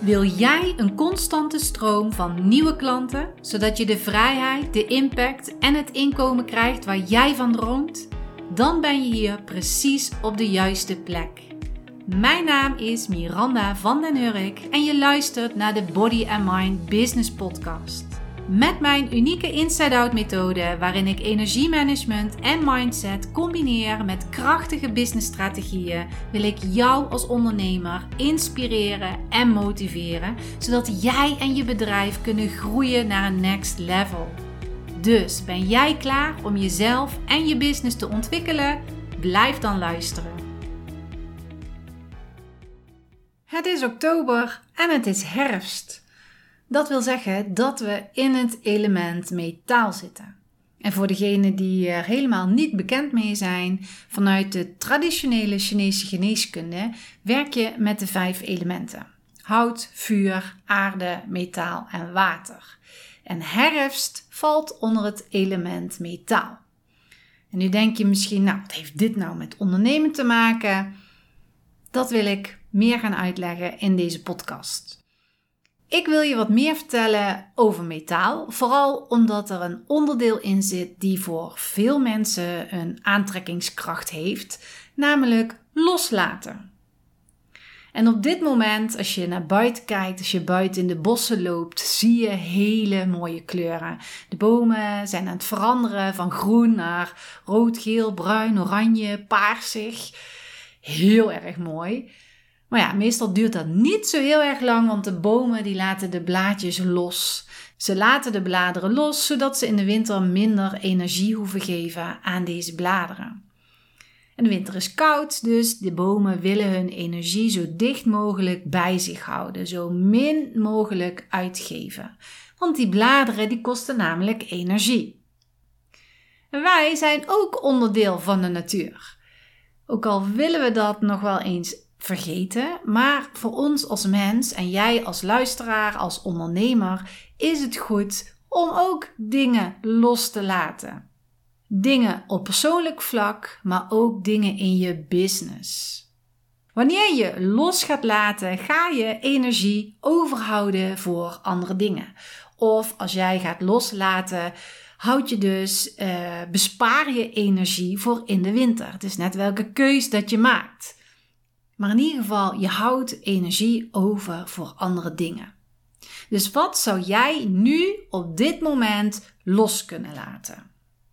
Wil jij een constante stroom van nieuwe klanten, zodat je de vrijheid, de impact en het inkomen krijgt waar jij van droomt? Dan ben je hier precies op de juiste plek. Mijn naam is Miranda van den Hurk en je luistert naar de Body and Mind Business Podcast. Met mijn unieke inside-out methode waarin ik energiemanagement en mindset combineer met krachtige businessstrategieën, wil ik jou als ondernemer inspireren en motiveren, zodat jij en je bedrijf kunnen groeien naar een next level. Dus ben jij klaar om jezelf en je business te ontwikkelen? Blijf dan luisteren. Het is oktober en het is herfst. Dat wil zeggen dat we in het element metaal zitten. En voor degenen die er helemaal niet bekend mee zijn, vanuit de traditionele Chinese geneeskunde werk je met de 5 elementen. Hout, vuur, aarde, metaal en water. En herfst valt onder het element metaal. En nu denk je misschien, wat heeft dit nou met ondernemen te maken? Dat wil ik meer gaan uitleggen in deze podcast. Ik wil je wat meer vertellen over metaal, vooral omdat er een onderdeel in zit die voor veel mensen een aantrekkingskracht heeft, namelijk loslaten. En op dit moment, als je naar buiten kijkt, als je buiten in de bossen loopt, zie je hele mooie kleuren. De bomen zijn aan het veranderen van groen naar rood, geel, bruin, oranje, paarsig. Heel erg mooi. Maar ja, meestal duurt dat niet zo heel erg lang, want de bomen die laten de blaadjes los. Ze laten de bladeren los, zodat ze in de winter minder energie hoeven geven aan deze bladeren. En de winter is koud, dus de bomen willen hun energie zo dicht mogelijk bij zich houden, zo min mogelijk uitgeven. Want die bladeren die kosten namelijk energie. En wij zijn ook onderdeel van de natuur. Ook al willen we dat nog wel eens vergeten, maar voor ons als mens en jij als luisteraar, als ondernemer, is het goed om ook dingen los te laten. Dingen op persoonlijk vlak, maar ook dingen in je business. Wanneer je los gaat laten, ga je energie overhouden voor andere dingen. Of als jij gaat loslaten, bespaar je energie voor in de winter. Het is net welke keus dat je maakt. Maar in ieder geval, je houdt energie over voor andere dingen. Dus wat zou jij nu op dit moment los kunnen laten?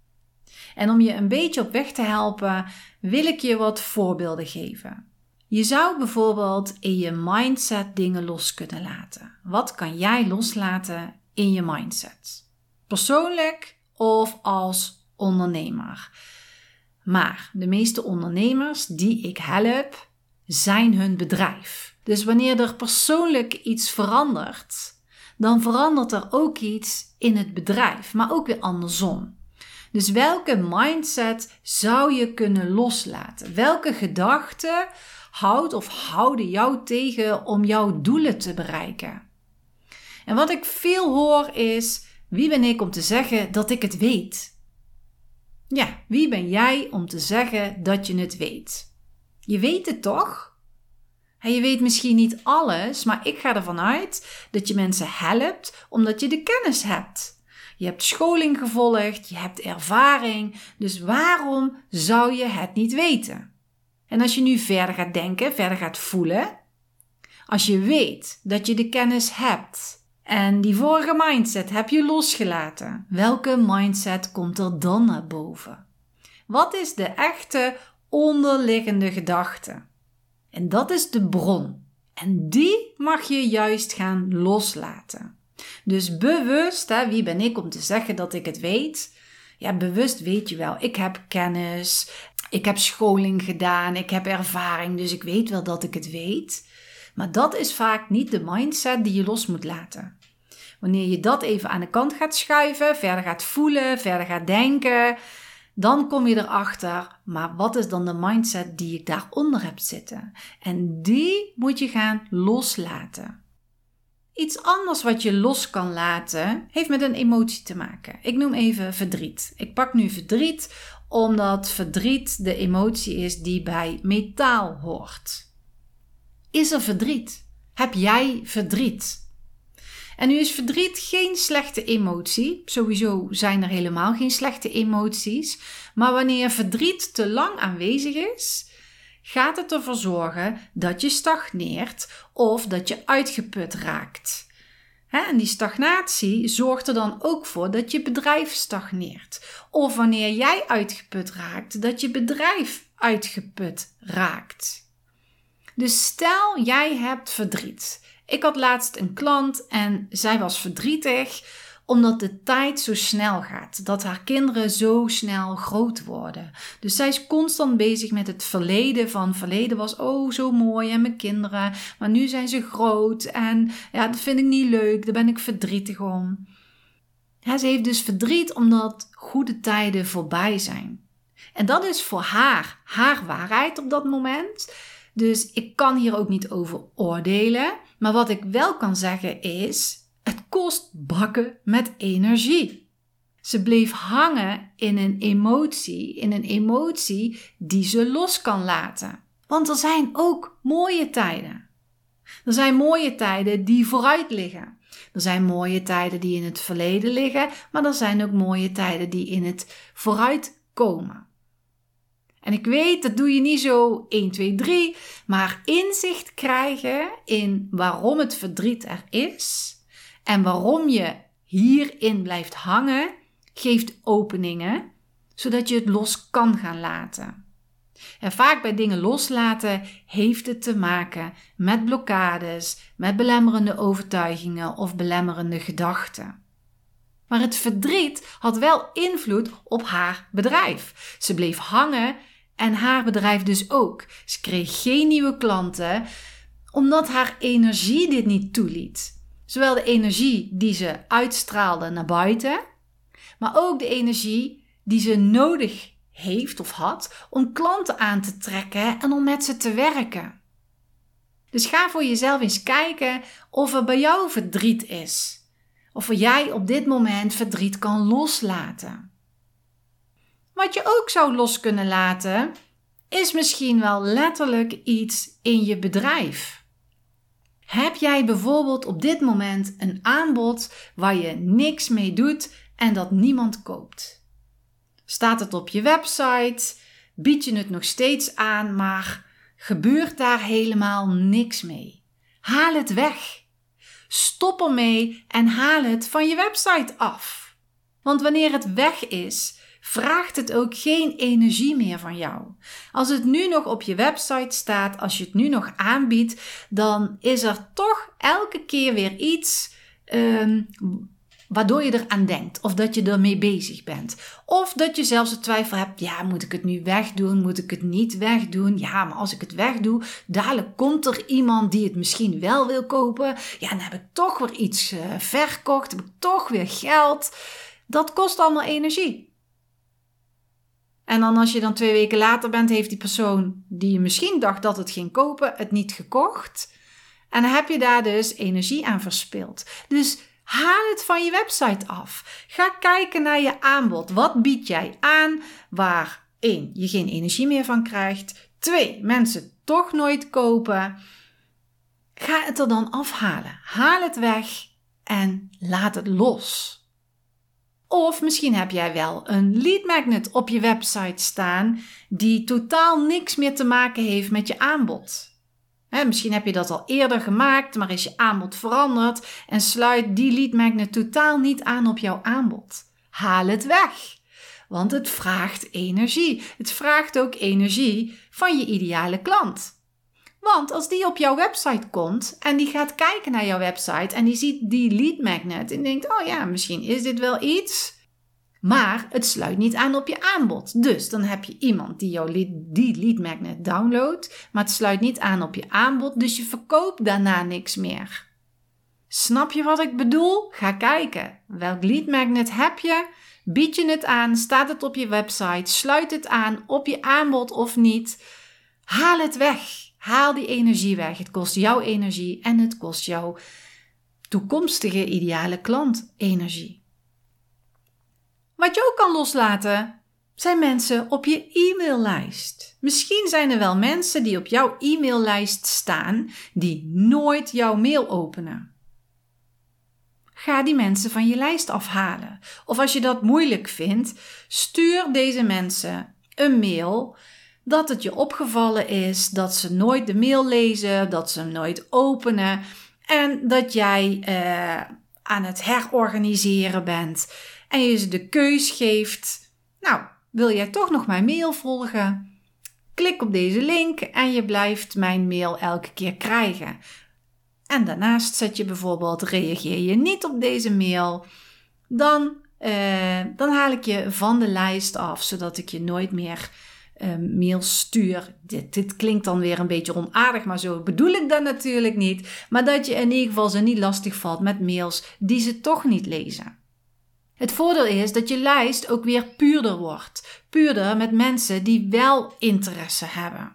En om je een beetje op weg te helpen, wil ik je wat voorbeelden geven. Je zou bijvoorbeeld in je mindset dingen los kunnen laten. Wat kan jij loslaten in je mindset? Persoonlijk of als ondernemer? Maar de meeste ondernemers die ik help, zijn hun bedrijf. Dus wanneer er persoonlijk iets verandert, dan verandert er ook iets in het bedrijf, maar ook weer andersom. Dus welke mindset zou je kunnen loslaten? Welke gedachten houden jou tegen om jouw doelen te bereiken? En wat ik veel hoor is, wie ben ik om te zeggen dat ik het weet? Ja, wie ben jij om te zeggen dat je het weet? Je weet het toch? En je weet misschien niet alles, maar ik ga ervan uit dat je mensen helpt omdat je de kennis hebt. Je hebt scholing gevolgd, je hebt ervaring, dus waarom zou je het niet weten? En als je nu verder gaat denken, verder gaat voelen, als je weet dat je de kennis hebt en die vorige mindset heb je losgelaten, welke mindset komt er dan naar boven? Wat is de echte onderliggende gedachte? En dat is de bron. En die mag je juist gaan loslaten. Dus bewust, wie ben ik om te zeggen dat ik het weet? Ja, bewust weet je wel. Ik heb kennis, ik heb scholing gedaan, ik heb ervaring, dus ik weet wel dat ik het weet. Maar dat is vaak niet de mindset die je los moet laten. Wanneer je dat even aan de kant gaat schuiven, verder gaat voelen, verder gaat denken, dan kom je erachter, maar wat is dan de mindset die ik daaronder heb zitten? En die moet je gaan loslaten. Iets anders wat je los kan laten, heeft met een emotie te maken. Ik noem even verdriet. Ik pak nu verdriet, omdat verdriet de emotie is die bij metaal hoort. Is er verdriet? heb jij verdriet. En nu is verdriet geen slechte emotie. Sowieso zijn er helemaal geen slechte emoties. Maar wanneer verdriet te lang aanwezig is, gaat het ervoor zorgen dat je stagneert of dat je uitgeput raakt. En die stagnatie zorgt er dan ook voor dat je bedrijf stagneert. Of wanneer jij uitgeput raakt, dat je bedrijf uitgeput raakt. Dus stel jij hebt verdriet. Ik had laatst een klant en zij was verdrietig omdat de tijd zo snel gaat. Dat haar kinderen zo snel groot worden. Dus zij is constant bezig met het verleden. Van verleden was zo mooi en mijn kinderen. Maar nu zijn ze groot en ja, dat vind ik niet leuk. Daar ben ik verdrietig om. Ja, ze heeft dus verdriet omdat goede tijden voorbij zijn. En dat is voor haar waarheid op dat moment. Dus ik kan hier ook niet over oordelen. Maar wat ik wel kan zeggen is, het kost bakken met energie. Ze bleef hangen in een emotie die ze los kan laten. Want er zijn ook mooie tijden. Er zijn mooie tijden die vooruit liggen. Er zijn mooie tijden die in het verleden liggen, maar er zijn ook mooie tijden die in het vooruit komen. En ik weet, dat doe je niet zo 1, 2, 3, maar inzicht krijgen in waarom het verdriet er is en waarom je hierin blijft hangen, geeft openingen, zodat je het los kan gaan laten. En vaak bij dingen loslaten heeft het te maken met blokkades, met belemmerende overtuigingen of belemmerende gedachten. Maar het verdriet had wel invloed op haar bedrijf. Ze bleef hangen en haar bedrijf dus ook. Ze kreeg geen nieuwe klanten omdat haar energie dit niet toeliet. Zowel de energie die ze uitstraalde naar buiten, maar ook de energie die ze nodig heeft of had om klanten aan te trekken en om met ze te werken. Dus ga voor jezelf eens kijken of er bij jou verdriet is. Of jij op dit moment verdriet kan loslaten. Wat je ook zou los kunnen laten, is misschien wel letterlijk iets in je bedrijf. Heb jij bijvoorbeeld op dit moment een aanbod waar je niks mee doet en dat niemand koopt? Staat het op je website? Bied je het nog steeds aan, maar gebeurt daar helemaal niks mee? Haal het weg. Stop ermee en haal het van je website af. Want wanneer het weg is, vraagt het ook geen energie meer van jou. Als het nu nog op je website staat, als je het nu nog aanbiedt, dan is er toch elke keer weer iets waardoor je eraan denkt. Of dat je ermee bezig bent. Of dat je zelfs de twijfel hebt, ja, moet ik het nu wegdoen? Moet ik het niet wegdoen? Ja, maar als ik het wegdoe, dadelijk komt er iemand die het misschien wel wil kopen. Ja, dan heb ik toch weer iets verkocht. Heb ik toch weer geld. Dat kost allemaal energie. En dan als je dan 2 weken later bent, heeft die persoon die je misschien dacht dat het ging kopen, het niet gekocht. En dan heb je daar dus energie aan verspild. Dus haal het van je website af. Ga kijken naar je aanbod. Wat bied jij aan waar 1, je geen energie meer van krijgt. 2, mensen toch nooit kopen. Ga het er dan afhalen. Haal het weg en laat het los. Of misschien heb jij wel een lead magnet op je website staan die totaal niks meer te maken heeft met je aanbod. Misschien heb je dat al eerder gemaakt, maar is je aanbod veranderd en sluit die lead magnet totaal niet aan op jouw aanbod. Haal het weg, want het vraagt energie. Het vraagt ook energie van je ideale klant. Want als die op jouw website komt en die gaat kijken naar jouw website en die ziet die lead magnet en denkt, oh ja, misschien is dit wel iets, maar het sluit niet aan op je aanbod. Dus dan heb je iemand die die lead magnet downloadt, maar het sluit niet aan op je aanbod, dus je verkoopt daarna niks meer. Snap je wat ik bedoel? Ga kijken. Welk lead magnet heb je? Bied je het aan? Staat het op je website? Sluit het aan op je aanbod of niet? Haal het weg. Haal die energie weg. Het kost jou energie en het kost jouw toekomstige ideale klant energie. Wat je ook kan loslaten, zijn mensen op je e-maillijst. Misschien zijn er wel mensen die op jouw e-maillijst staan die nooit jouw mail openen. Ga die mensen van je lijst afhalen. Of als je dat moeilijk vindt, stuur deze mensen een mail dat het je opgevallen is dat ze nooit de mail lezen, dat ze hem nooit openen en dat jij aan het herorganiseren bent en je ze de keus geeft. Nou, wil jij toch nog mijn mail volgen? Klik op deze link en je blijft mijn mail elke keer krijgen. En daarnaast zet je bijvoorbeeld, reageer je niet op deze mail, dan haal ik je van de lijst af, zodat ik je nooit meer mails stuur. Dit klinkt dan weer een beetje onaardig, maar zo bedoel ik dat natuurlijk niet. Maar dat je in ieder geval ze niet lastig valt met mails die ze toch niet lezen. Het voordeel is dat je lijst ook weer puurder wordt. Puurder met mensen die wel interesse hebben.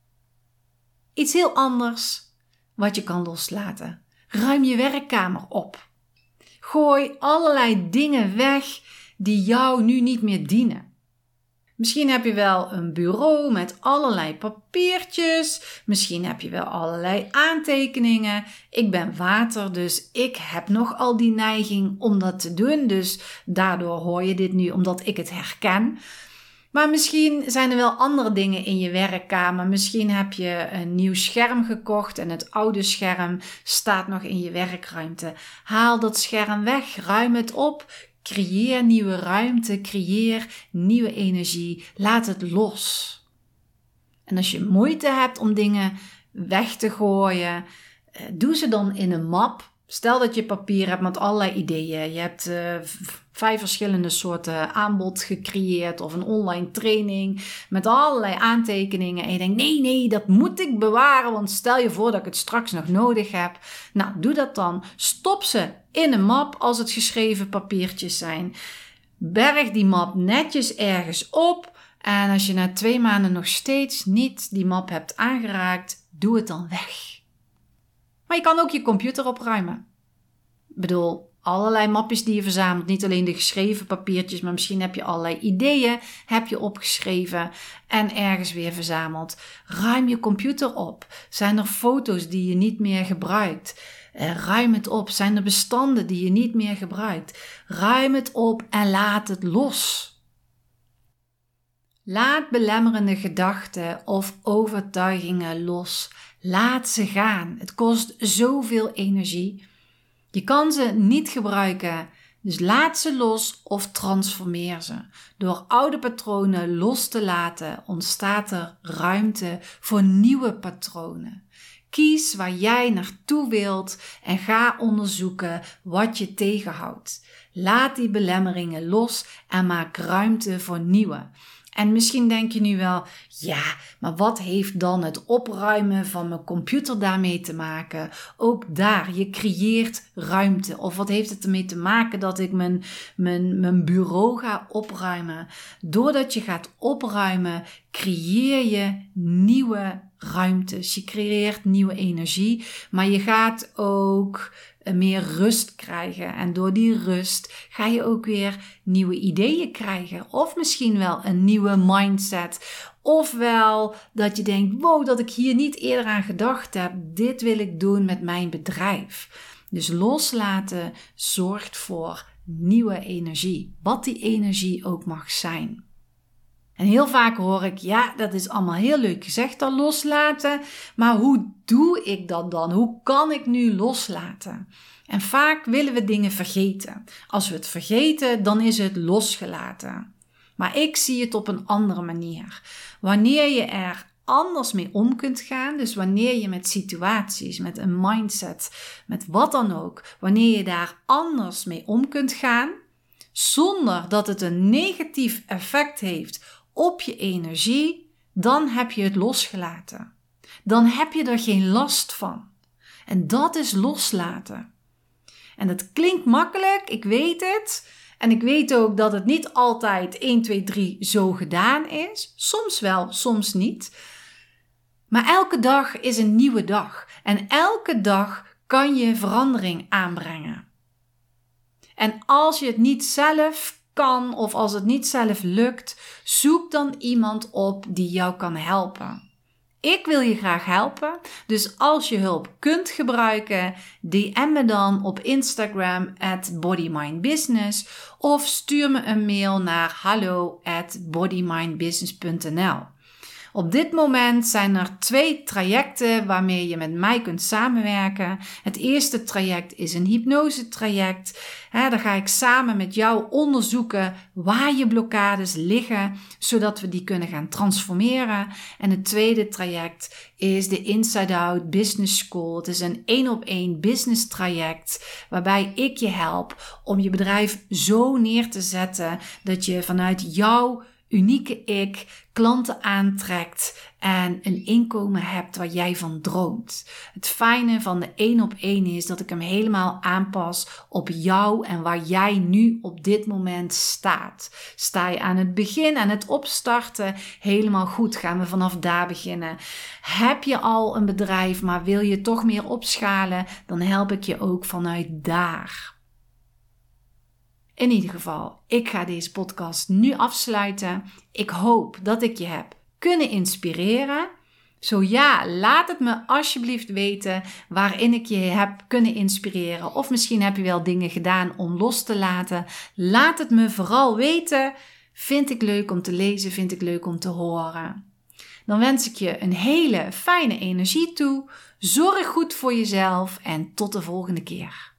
Iets heel anders wat je kan loslaten. Ruim je werkkamer op. Gooi allerlei dingen weg die jou nu niet meer dienen. Misschien heb je wel een bureau met allerlei papiertjes. Misschien heb je wel allerlei aantekeningen. Ik ben water, dus ik heb nog al die neiging om dat te doen. Dus daardoor hoor je dit nu, omdat ik het herken. Maar misschien zijn er wel andere dingen in je werkkamer. Misschien heb je een nieuw scherm gekocht en het oude scherm staat nog in je werkruimte. Haal dat scherm weg, ruim het op. Creëer nieuwe ruimte, creëer nieuwe energie. Laat het los. En als je moeite hebt om dingen weg te gooien, doe ze dan in een map. Stel dat je papier hebt met allerlei ideeën. Je hebt 5 verschillende soorten aanbod gecreëerd of een online training met allerlei aantekeningen. En je denkt, nee, dat moet ik bewaren, want stel je voor dat ik het straks nog nodig heb. Nou, doe dat dan. Stop ze in een map als het geschreven papiertjes zijn. Berg die map netjes ergens op. En als je na 2 maanden nog steeds niet die map hebt aangeraakt, doe het dan weg. Maar je kan ook je computer opruimen. Ik bedoel, allerlei mapjes die je verzamelt. Niet alleen de geschreven papiertjes, maar misschien heb je allerlei ideeën heb je opgeschreven en ergens weer verzameld. Ruim je computer op. Zijn er foto's die je niet meer gebruikt? Ruim het op. Zijn er bestanden die je niet meer gebruikt? Ruim het op en laat het los. Laat belemmerende gedachten of overtuigingen los. Laat ze gaan. Het kost zoveel energie. Je kan ze niet gebruiken, dus laat ze los of transformeer ze. Door oude patronen los te laten, ontstaat er ruimte voor nieuwe patronen. Kies waar jij naartoe wilt en ga onderzoeken wat je tegenhoudt. Laat die belemmeringen los en maak ruimte voor nieuwe. En misschien denk je nu wel, ja, maar wat heeft dan het opruimen van mijn computer daarmee te maken? Ook daar, je creëert ruimte. Of wat heeft het ermee te maken dat ik mijn bureau ga opruimen? Doordat je gaat opruimen, creëer je nieuwe ruimtes. Je creëert nieuwe energie, maar je gaat ook meer rust krijgen. En door die rust ga je ook weer nieuwe ideeën krijgen. Of misschien wel een nieuwe mindset. Ofwel dat je denkt, wow, dat ik hier niet eerder aan gedacht heb. Dit wil ik doen met mijn bedrijf. Dus loslaten zorgt voor nieuwe energie. Wat die energie ook mag zijn. En heel vaak hoor ik, ja, dat is allemaal heel leuk gezegd, dat loslaten. Maar hoe doe ik dat dan? Hoe kan ik nu loslaten? En vaak willen we dingen vergeten. Als we het vergeten, dan is het losgelaten. Maar ik zie het op een andere manier. Wanneer je er anders mee om kunt gaan, dus wanneer je met situaties, met een mindset, met wat dan ook, wanneer je daar anders mee om kunt gaan, zonder dat het een negatief effect heeft op je energie, dan heb je het losgelaten. Dan heb je er geen last van. En dat is loslaten. En dat klinkt makkelijk, ik weet het. En ik weet ook dat het niet altijd 1, 2, 3 zo gedaan is. Soms wel, soms niet. Maar elke dag is een nieuwe dag. En elke dag kan je verandering aanbrengen. En als je het niet zelf kan of als het niet zelf lukt, zoek dan iemand op die jou kan helpen. Ik wil je graag helpen, dus als je hulp kunt gebruiken, DM me dan op Instagram @bodymindbusiness of stuur me een mail naar hallo@bodymindbusiness.nl. Op dit moment zijn er 2 trajecten waarmee je met mij kunt samenwerken. Het eerste traject is een hypnosetraject. Daar ga ik samen met jou onderzoeken waar je blokkades liggen, zodat we die kunnen gaan transformeren. En het tweede traject is de Inside Out Business School. Het is een 1-op-1 business traject waarbij ik je help om je bedrijf zo neer te zetten dat je vanuit jouw unieke ik klanten aantrekt en een inkomen hebt waar jij van droomt. Het fijne van de 1-op-1 is dat ik hem helemaal aanpas op jou en waar jij nu op dit moment staat. Sta je aan het begin, aan het opstarten, helemaal goed, gaan we vanaf daar beginnen. Heb je al een bedrijf, maar wil je toch meer opschalen, dan help ik je ook vanuit daar. In ieder geval, ik ga deze podcast nu afsluiten. Ik hoop dat ik je heb kunnen inspireren. Zo ja, laat het me alsjeblieft weten waarin ik je heb kunnen inspireren. Of misschien heb je wel dingen gedaan om los te laten. Laat het me vooral weten. Vind ik leuk om te lezen, vind ik leuk om te horen. Dan wens ik je een hele fijne energie toe. Zorg goed voor jezelf en tot de volgende keer.